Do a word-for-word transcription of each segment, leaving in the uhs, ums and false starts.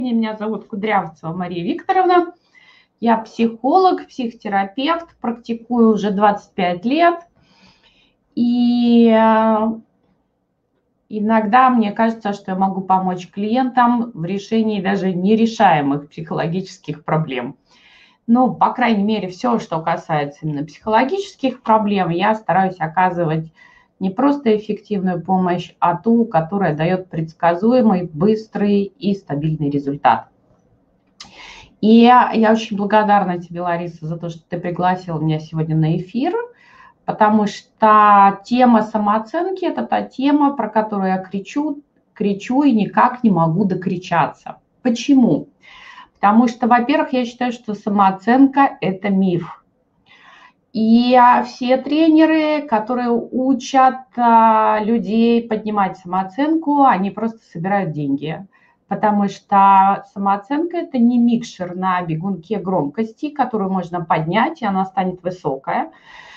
Меня зовут Кудрявцева Мария Викторовна. Я психолог, психотерапевт, практикую уже двадцать пять лет. И иногда мне кажется, что я могу помочь клиентам в решении даже нерешаемых психологических проблем. Ну, по крайней мере, все, что касается именно психологических проблем, я стараюсь оказывать не просто эффективную помощь, а ту, которая дает предсказуемый, быстрый и стабильный результат. И я, я очень благодарна тебе, Лариса, за то, что ты пригласила меня сегодня на эфир, потому что тема самооценки – это та тема, про которую я кричу, кричу и никак не могу докричаться. Почему? Потому что, во-первых, я считаю, что самооценка – это миф. И все тренеры, которые учат людей поднимать самооценку, они просто собирают деньги. Потому что самооценка – это не микшер на бегунке громкости, которую можно поднять, и она станет высокая.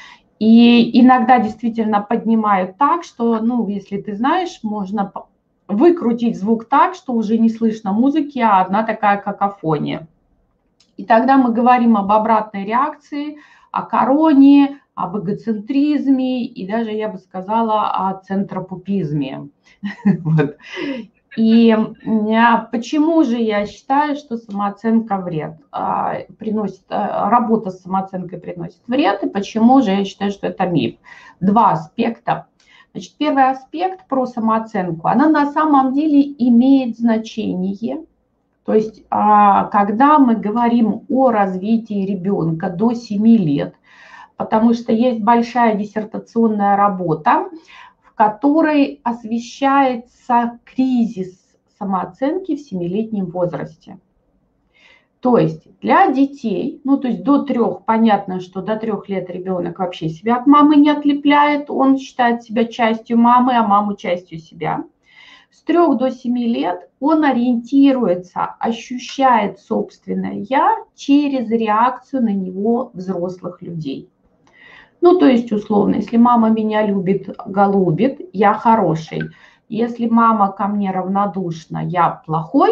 И иногда действительно поднимают так, что, ну, если ты знаешь, можно выкрутить звук так, что уже не слышно музыки, а одна такая какофония. И тогда мы говорим об обратной реакции, о короне, об эгоцентризме и даже, я бы сказала, о центропупизме. Вот. И почему же я считаю, что самооценка вред, приносит, работа с самооценкой приносит вред, и почему же я считаю, что это миф? Два аспекта. Значит, первый аспект про самооценку, она на самом деле имеет значение. То есть, когда мы говорим о развитии ребенка до семи лет, потому что есть большая диссертационная работа, в которой освещается кризис самооценки в семилетнем возрасте. То есть для детей, ну то есть до трех, понятно, что до трех лет ребенок вообще себя от мамы не отлепляет, он считает себя частью мамы, а маму частью себя. С трех до семи лет он ориентируется, ощущает собственное «я» через реакцию на него взрослых людей. Ну, то есть, условно, если мама меня любит, голубит, я хороший. Если мама ко мне равнодушна, я плохой.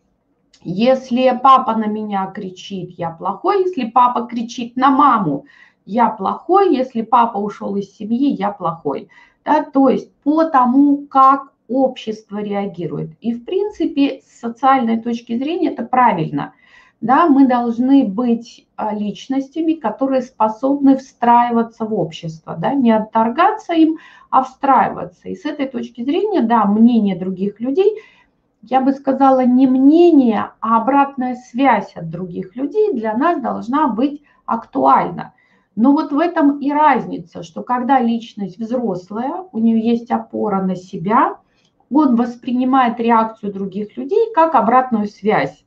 Если папа на меня кричит, я плохой. Если папа кричит на маму, я плохой. Если папа ушел из семьи, я плохой. Да, то есть по тому, как общество реагирует. И, в принципе, с социальной точки зрения это правильно. Да, мы должны быть личностями, которые способны встраиваться в общество, да, не отторгаться им, а встраиваться. И с этой точки зрения, да, мнение других людей, я бы сказала, не мнение, а обратная связь от других людей для нас должна быть актуальна. Но вот в этом и разница, что когда личность взрослая, у нее есть опора на себя, он воспринимает реакцию других людей как обратную связь.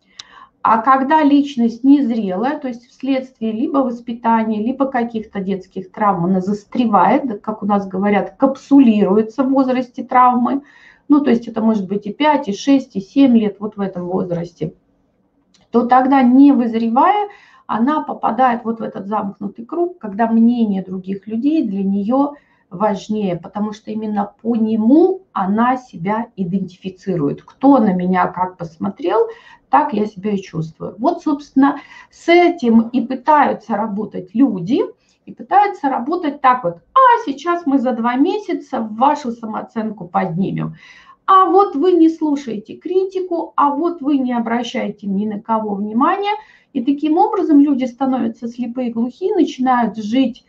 А когда личность незрелая, то есть вследствие либо воспитания, либо каких-то детских травм, она застревает, как у нас говорят, капсулируется в возрасте травмы, ну, то есть это может быть и пять, и шесть, и семь лет, вот в этом возрасте, то тогда, не вызревая, она попадает вот в этот замкнутый круг, когда мнение других людей для нее важнее, потому что именно по нему она себя идентифицирует. Кто на меня как посмотрел, так я себя и чувствую. Вот, собственно, с этим и пытаются работать люди, и пытаются работать так вот. А сейчас мы за два месяца вашу самооценку поднимем. А вот вы не слушаете критику, а вот вы не обращаете ни на кого внимания. И таким образом люди становятся слепые и глухие, начинают жить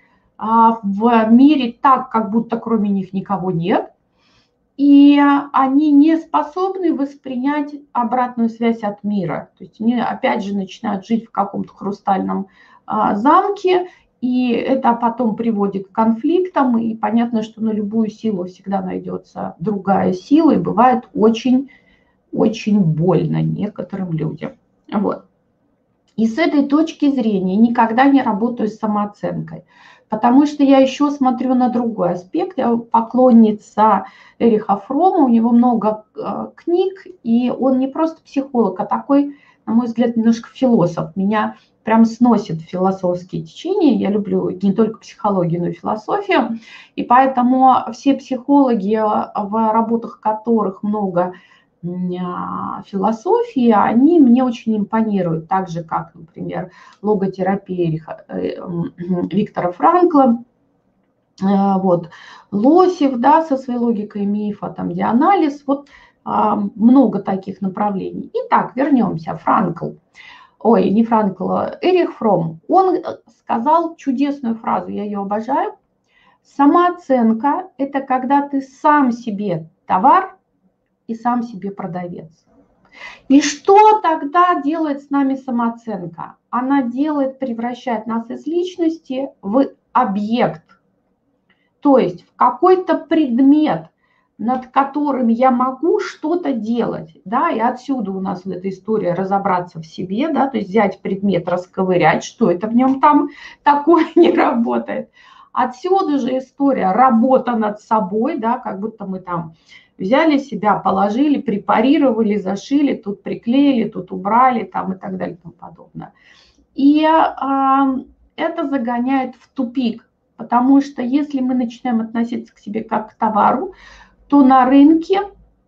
в мире так, как будто кроме них никого нет. И они не способны воспринять обратную связь от мира. То есть они опять же начинают жить в каком-то хрустальном замке, и это потом приводит к конфликтам. И понятно, что на любую силу всегда найдется другая сила, и бывает очень-очень больно некоторым людям. Вот. И с этой точки зрения никогда не работаю с самооценкой, потому что я еще смотрю на другой аспект. Я поклонница Эриха Фрома, у него много книг, и он не просто психолог, а такой, на мой взгляд, немножко философ. Меня прям сносит философские течения. Я люблю не только психологию, но и философию. И поэтому все психологи, в работах которых много философии, они мне очень импонируют, так же, как, например, логотерапия Виктора Франкла, вот, Лосев, да, со своей логикой мифа, там, дианализ, вот много таких направлений. Итак, вернемся. Франкл, ой, не Франкл, Эрих Фромм, он сказал чудесную фразу, я ее обожаю. Самооценка – это когда ты сам себе товар и сам себе продавец. И что тогда делает с нами самооценка? Она делает, превращает нас из личности в объект, то есть в какой-то предмет, над которым я могу что-то делать, да, и отсюда у нас вот эта история разобраться в себе, да, то есть взять предмет, расковырять, что это в нем там такое не работает. Отсюда же история работа над собой, да, как будто мы там взяли себя, положили, препарировали, зашили, тут приклеили, тут убрали, там и так далее и тому подобное. И а, это загоняет в тупик, потому что если мы начинаем относиться к себе как к товару, то на рынке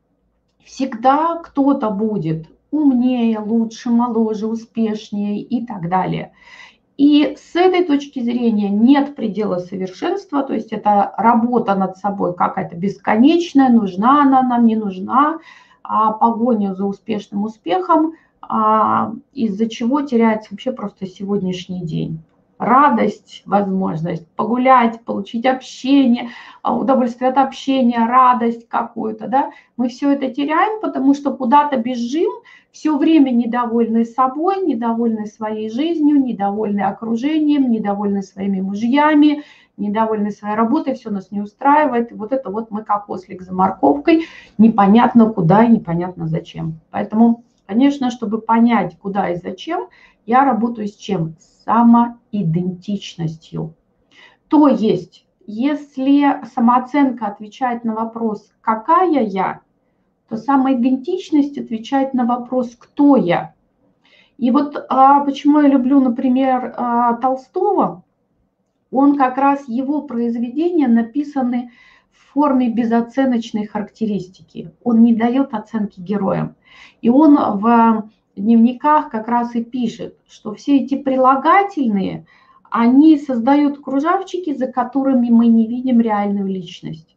всегда кто-то будет умнее, лучше, моложе, успешнее и так далее. И с этой точки зрения нет предела совершенства, то есть это работа над собой какая-то бесконечная, нужна она нам, не нужна, а погоня за успешным успехом, а из-за чего теряется вообще просто сегодняшний день. Радость, возможность погулять, получить общение, удовольствие от общения, радость какую-то, да, мы все это теряем, потому что куда-то бежим, все время недовольны собой, недовольны своей жизнью, недовольны окружением, недовольны своими мужьями, недовольны своей работой, все нас не устраивает. И вот это вот мы как ослик за морковкой, непонятно куда и непонятно зачем. Поэтому, конечно, чтобы понять, куда и зачем, я работаю с чем? С самоидентичностью. То есть, если самооценка отвечает на вопрос «какая я?», то самоидентичность отвечает на вопрос «кто я?». И вот а, почему я люблю, например, а, Толстого, он как раз, его произведения написаны в форме безоценочной характеристики. Он не дает оценки героям. И он в дневниках как раз и пишет, что все эти прилагательные, они создают кружавчики, за которыми мы не видим реальную личность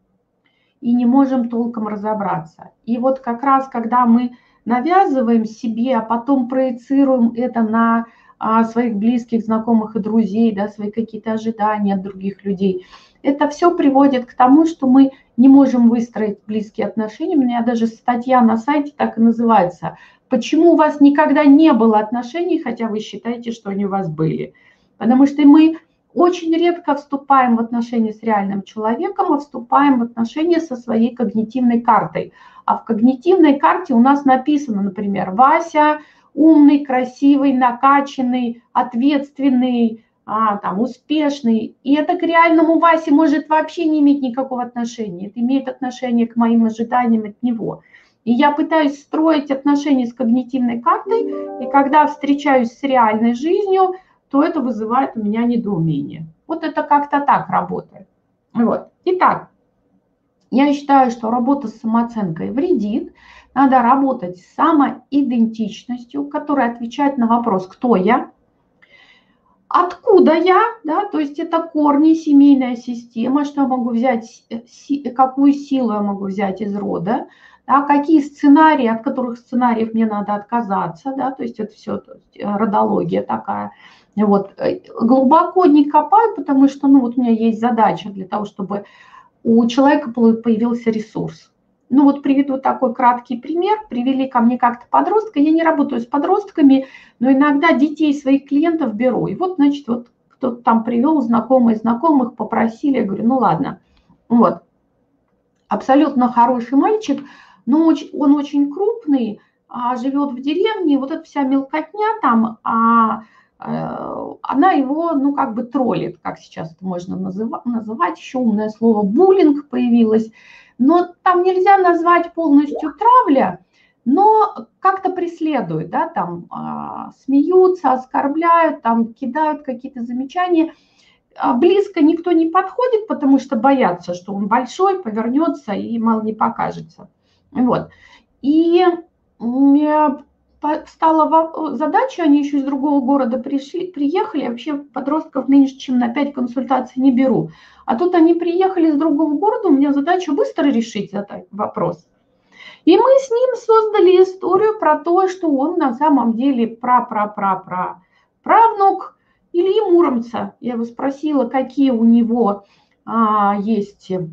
и не можем толком разобраться. И вот как раз, когда мы навязываем себе, а потом проецируем это на а, своих близких, знакомых и друзей, да, свои какие-то ожидания от других людей, это все приводит к тому, что мы не можем выстроить близкие отношения. У меня даже статья на сайте так и называется: «Почему у вас никогда не было отношений, хотя вы считаете, что они у вас были?» Потому что мы очень редко вступаем в отношения с реальным человеком, а вступаем в отношения со своей когнитивной картой. А в когнитивной карте у нас написано, например, Вася умный, красивый, накачанный, ответственный, а, там, успешный. И это к реальному Васе может вообще не иметь никакого отношения. Это имеет отношение к моим ожиданиям от него. И я пытаюсь строить отношения с когнитивной картой, и когда встречаюсь с реальной жизнью, то это вызывает у меня недоумение. Вот это как-то так работает. Вот. Итак, я считаю, что работа с самооценкой вредит. Надо работать с самоидентичностью, которая отвечает на вопрос «кто я?», «откуда я?», да, то есть это корни, семейная система, что я могу взять, какую силу я могу взять из рода, да, какие сценарии, от которых сценариев мне надо отказаться, да, то есть это все, то есть родология такая. Вот. Глубоко не копаю, потому что, ну, вот у меня есть задача для того, чтобы у человека появился ресурс. Ну, вот приведу такой краткий пример. Привели ко мне как-то подростка. Я не работаю с подростками, но иногда детей своих клиентов беру. И вот, значит, вот кто-то там привел, знакомые знакомых, попросили. Я говорю, ну, ладно. Вот. Абсолютно хороший мальчик, но он очень крупный, живет в деревне. Вот эта вся мелкотня там... А, она его, ну, как бы троллит, как сейчас это можно называть, называть, еще умное слово буллинг появилось, но там нельзя назвать полностью травля, но как-то преследуют, да, там а, смеются, оскорбляют, там кидают какие-то замечания, а близко никто не подходит, потому что боятся, что он большой, повернется и мало не покажется, вот. И стала задача, они еще из другого города пришли, приехали, вообще подростков меньше, чем на пять консультаций не беру. А тут они приехали из другого города, у меня задача быстро решить этот вопрос. И мы с ним создали историю про то, что он на самом деле пра-пра-пра-пра-правнук Ильи Муромца. Я его спросила, какие у него а, есть э,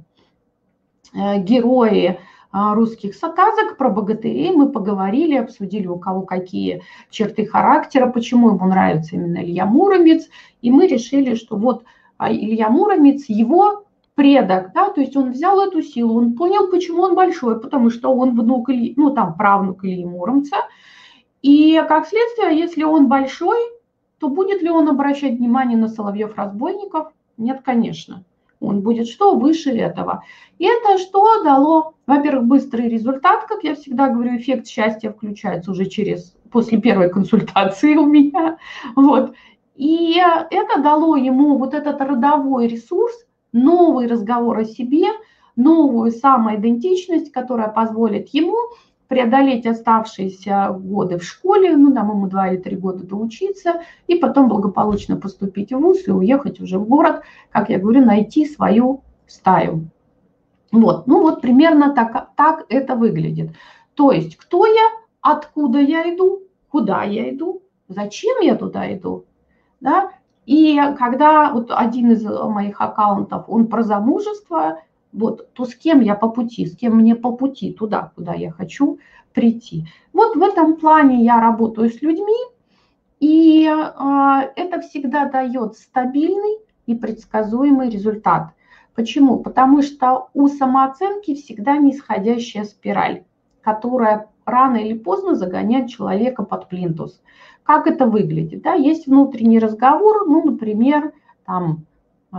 герои а, русских сказок про богатырей. Мы поговорили, обсудили, у кого какие черты характера, почему ему нравится именно Илья Муромец. И мы решили, что вот а, Илья Муромец, его предок, да, то есть он взял эту силу, он понял, почему он большой, потому что он внук Ильи, ну там правнук Ильи Муромца. И как следствие, если он большой, то будет ли он обращать внимание на соловьев-разбойников? Нет, конечно. Он будет что? Выше этого. И это что дало? Во-первых, быстрый результат, как я всегда говорю, эффект счастья включается уже через, после первой консультации у меня. Вот. И это дало ему вот этот родовой ресурс, новый разговор о себе, новую самоидентичность, которая позволит ему преодолеть оставшиеся годы в школе, ну, там ему два или три года доучиться, и потом благополучно поступить в вуз и уехать уже в город, как я говорю, найти свою стаю. Вот, ну вот примерно так, так это выглядит. То есть, кто я, откуда я иду, куда я иду, зачем я туда иду, да? И когда вот один из моих аккаунтов, он про замужество, вот, то с кем я по пути, с кем мне по пути туда, куда я хочу прийти. Вот в этом плане я работаю с людьми, и э, это всегда дает стабильный и предсказуемый результат. Почему? Потому что у самооценки всегда нисходящая спираль, которая рано или поздно загоняет человека под плинтус. Как это выглядит? Да? Есть внутренний разговор, ну, например, там, э,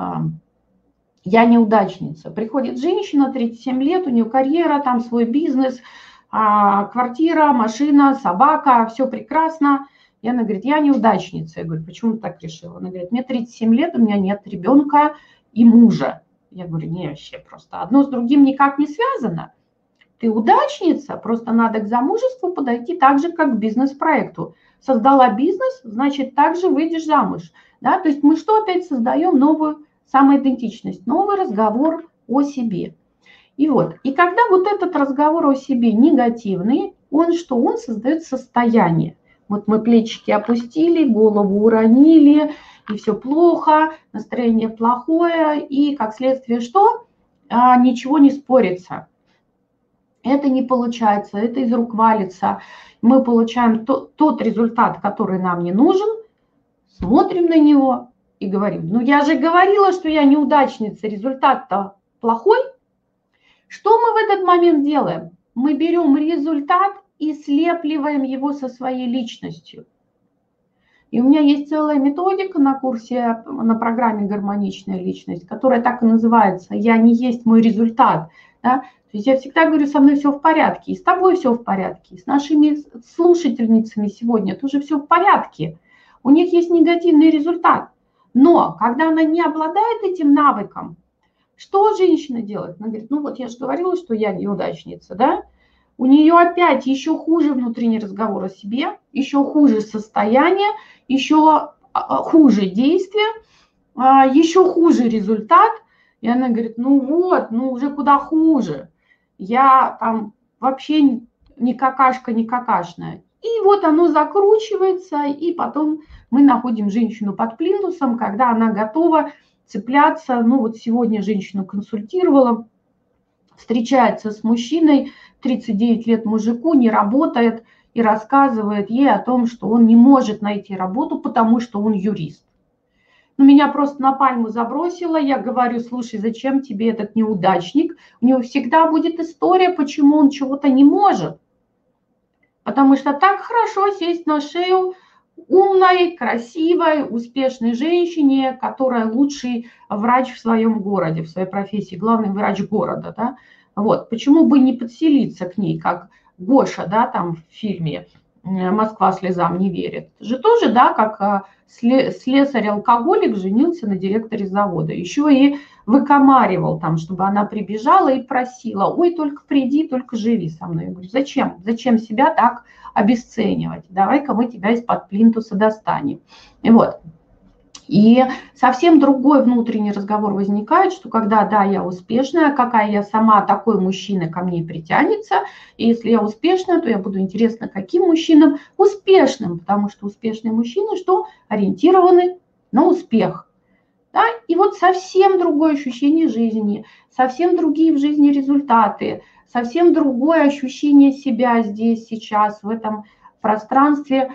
я неудачница. Приходит женщина, тридцать семь лет, у нее карьера, там свой бизнес, э, квартира, машина, собака, все прекрасно. И она говорит, я неудачница. Я говорю, почему ты так решила? Она говорит, мне тридцать семь лет, у меня нет ребенка и мужа. Я говорю, не, вообще просто одно с другим никак не связано. Ты удачница, просто надо к замужеству подойти так же, как к бизнес-проекту. Создала бизнес, значит, также выйдешь замуж. Да? То есть мы что опять создаем? Новую самоидентичность, новый разговор о себе. И вот, и когда вот этот разговор о себе негативный, он что? Он создает состояние. Вот мы плечики опустили, голову уронили, и все плохо, настроение плохое, и как следствие что? А, ничего не спорится. Это не получается, это из рук валится. Мы получаем то, тот результат, который нам не нужен, смотрим на него и говорим, ну я же говорила, что я неудачница, результат-то плохой. Что мы в этот момент делаем? Мы берем результат и слепливаем его со своей личностью. И у меня есть целая методика на курсе, на программе «Гармоничная личность», которая так и называется «Я не есть мой результат». Да? То есть я всегда говорю, со мной все в порядке, и с тобой все в порядке, и с нашими слушательницами сегодня тоже все в порядке. У них есть негативный результат. Но когда она не обладает этим навыком, что женщина делает? Она говорит, ну вот я же говорила, что я неудачница, да? У нее опять еще хуже внутренний разговор о себе, еще хуже состояние, еще хуже действие, еще хуже результат. И она говорит, ну вот, ну уже куда хуже. Я там вообще не какашка, не какашная. И вот оно закручивается, и потом мы находим женщину под плинтусом, когда она готова цепляться. Ну вот сегодня женщину консультировала, встречается с мужчиной, тридцать девять лет мужику, не работает, и рассказывает ей о том, что он не может найти работу, потому что он юрист. Ну, меня просто на пальму забросило, я говорю, слушай, зачем тебе этот неудачник? У него всегда будет история, почему он чего-то не может. Потому что так хорошо сесть на шею умной, красивой, успешной женщине, которая лучший врач в своем городе, в своей профессии, главный врач города, да? Вот, почему бы не подселиться к ней, как Гоша, да, там в фильме Москва слезам не верит. Это же тоже, да, как слесарь-алкоголик женился на директоре завода. Еще и выкомаривал там, чтобы она прибежала и просила: ой, только приди, только живи со мной. Я говорю: зачем? Зачем себя так обесценивать? Давай-ка мы тебя из-под плинтуса достанем. И вот. И совсем другой внутренний разговор возникает, что когда, да, я успешная, какая я сама, такой мужчина ко мне притянется. И если я успешная, то я буду интересна каким мужчинам? Успешным, потому что успешные мужчины что? Ориентированы на успех. Да? И вот совсем другое ощущение жизни, совсем другие в жизни результаты, совсем другое ощущение себя здесь, сейчас, в этом пространстве,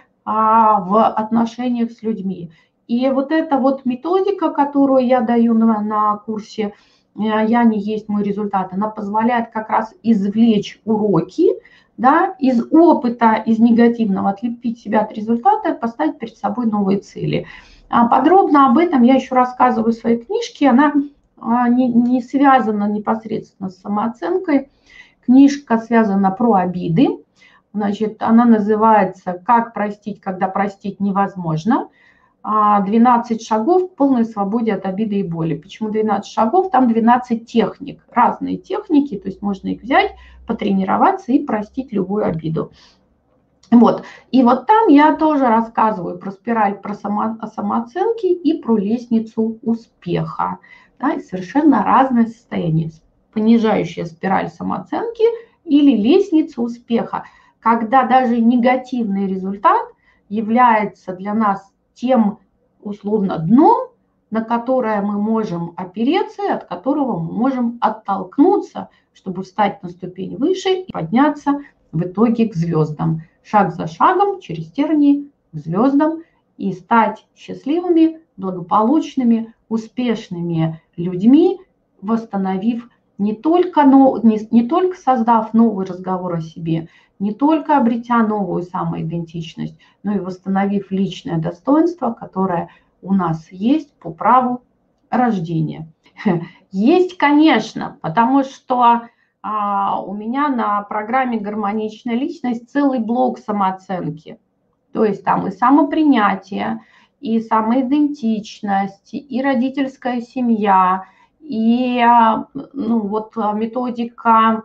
в отношениях с людьми. И вот эта вот методика, которую я даю на, на курсе «Я не есть мой результат», она позволяет как раз извлечь уроки, да, из опыта, из негативного, отлепить себя от результата и поставить перед собой новые цели. Подробно об этом я еще рассказываю в своей книжке. Она не, не связана непосредственно с самооценкой. Книжка связана про обиды. Значит, она называется «Как простить, когда простить невозможно». двенадцать шагов к полной свободе от обиды и боли. Почему двенадцать шагов? Там двенадцать техник, разные техники, то есть можно их взять, потренироваться и простить любую обиду. Вот. И вот там я тоже рассказываю про спираль, про само, самооценки и про лестницу успеха. Да, и совершенно разное состояние. Понижающая спираль самооценки или лестница успеха, когда даже негативный результат является для нас тем, условно, дном, на которое мы можем опереться и от которого мы можем оттолкнуться, чтобы встать на ступень выше и подняться в итоге к звездам. Шаг за шагом через тернии к звездам и стать счастливыми, благополучными, успешными людьми, восстановив не только, не, не только создав новый разговор о себе, не только обретя новую самоидентичность, но и восстановив личное достоинство, которое у нас есть по праву рождения. Есть, конечно, потому что а, у меня на программе «Гармоничная личность» целый блок самооценки. То есть там и самопринятие, и самоидентичность, и родительская семья, и ну, вот методика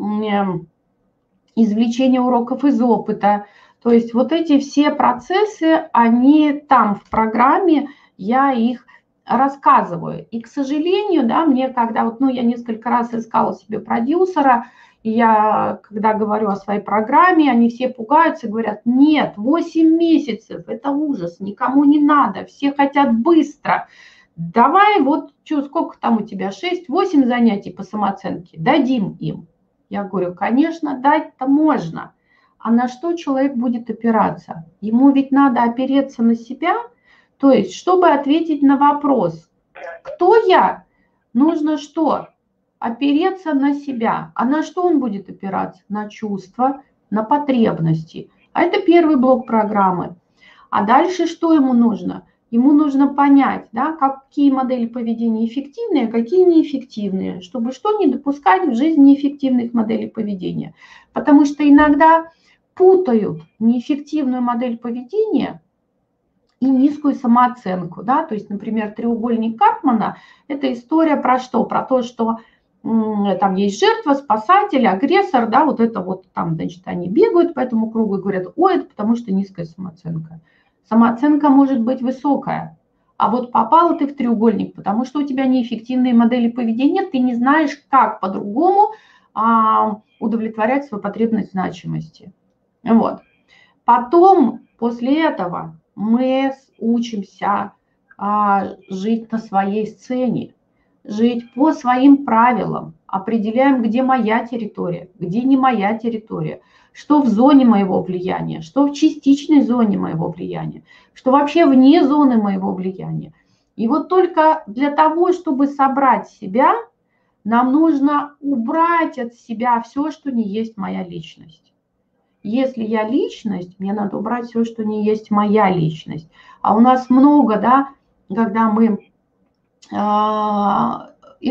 извлечения уроков из опыта. То есть вот эти все процессы, они там в программе, я их рассказываю. И, к сожалению, да, мне когда, вот, ну, я несколько раз искала себе продюсера, и я, когда говорю о своей программе, они все пугаются, говорят: нет, восемь месяцев, это ужас, никому не надо, все хотят быстро. Давай, вот, что, сколько там у тебя, шесть-восемь занятий по самооценке, дадим им. Я говорю: конечно, дать-то можно. А на что человек будет опираться? Ему ведь надо опереться на себя. То есть, чтобы ответить на вопрос, кто я, нужно что? Опереться на себя. А на что он будет опираться? На чувства, на потребности. А это первый блок программы. А дальше что ему нужно? Ему нужно понять, да, какие модели поведения эффективные, а какие неэффективные, чтобы что не допускать в жизни неэффективных моделей поведения. Потому что иногда путают неэффективную модель поведения и низкую самооценку. Да? То есть, например, треугольник Карпмана – это история про что? Про то, что там есть жертва, спасатель, агрессор, да, вот это вот там, значит, они бегают по этому кругу и говорят: ой, это потому что низкая самооценка. Самооценка может быть высокая, а вот попала ты в треугольник, потому что у тебя неэффективные модели поведения, ты не знаешь, как по-другому а, удовлетворять свою потребность значимости. Вот. Потом, после этого, мы учимся а, жить на своей сцене, жить по своим правилам, определяем, где моя территория, где не моя территория, что в зоне моего влияния, что в частичной зоне моего влияния, что вообще вне зоны моего влияния. И вот только для того, чтобы собрать себя, нам нужно убрать от себя все, что не есть моя личность. Если я личность, мне надо убрать все, что не есть моя личность. А у нас много, да, когда мы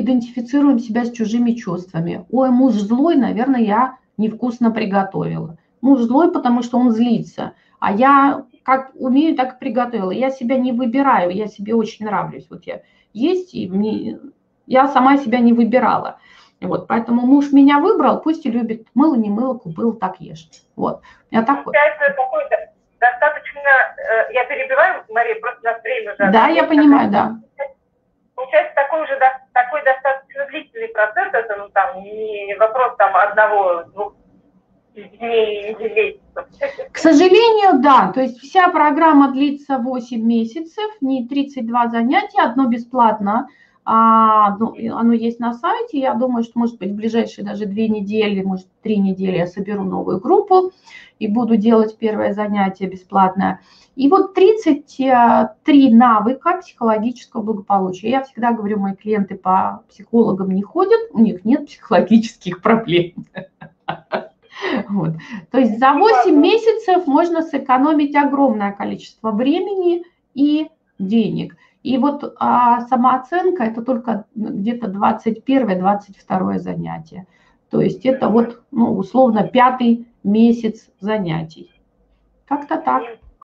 идентифицируем себя с чужими чувствами. Ой, муж злой, наверное, я невкусно приготовила. Муж злой, потому что он злится. А я как умею, так и приготовила. Я себя не выбираю, я себе очень нравлюсь. Вот я есть, и мне, я сама себя не выбирала. Вот, поэтому муж меня выбрал, пусть и любит. Мыло, не мыло, купил, так ешь. Вот, я такой. Получается, достаточно, я перебиваю, Мария, просто на время уже. Да, я понимаю, да. Получается, такой уже такой достаточно длительный процесс, это ну, там, не вопрос там, одного-двух дней или месяцев. К сожалению, да. То есть вся программа длится восемь месяцев, не тридцать два занятия, одно бесплатно. А, ну, оно есть на сайте. Я думаю, что, может быть, в ближайшие даже две недели, может, три недели я соберу новую группу и буду делать первое занятие бесплатное. И вот тридцать три навыка психологического благополучия. Я всегда говорю, мои клиенты по психологам не ходят, у них нет психологических проблем. Вот. То есть за восемь месяцев можно сэкономить огромное количество времени и денег. И вот а, самооценка – это только где-то двадцать первое — двадцать второе занятие. То есть это вот, ну, условно, пятый месяц занятий. Как-то так.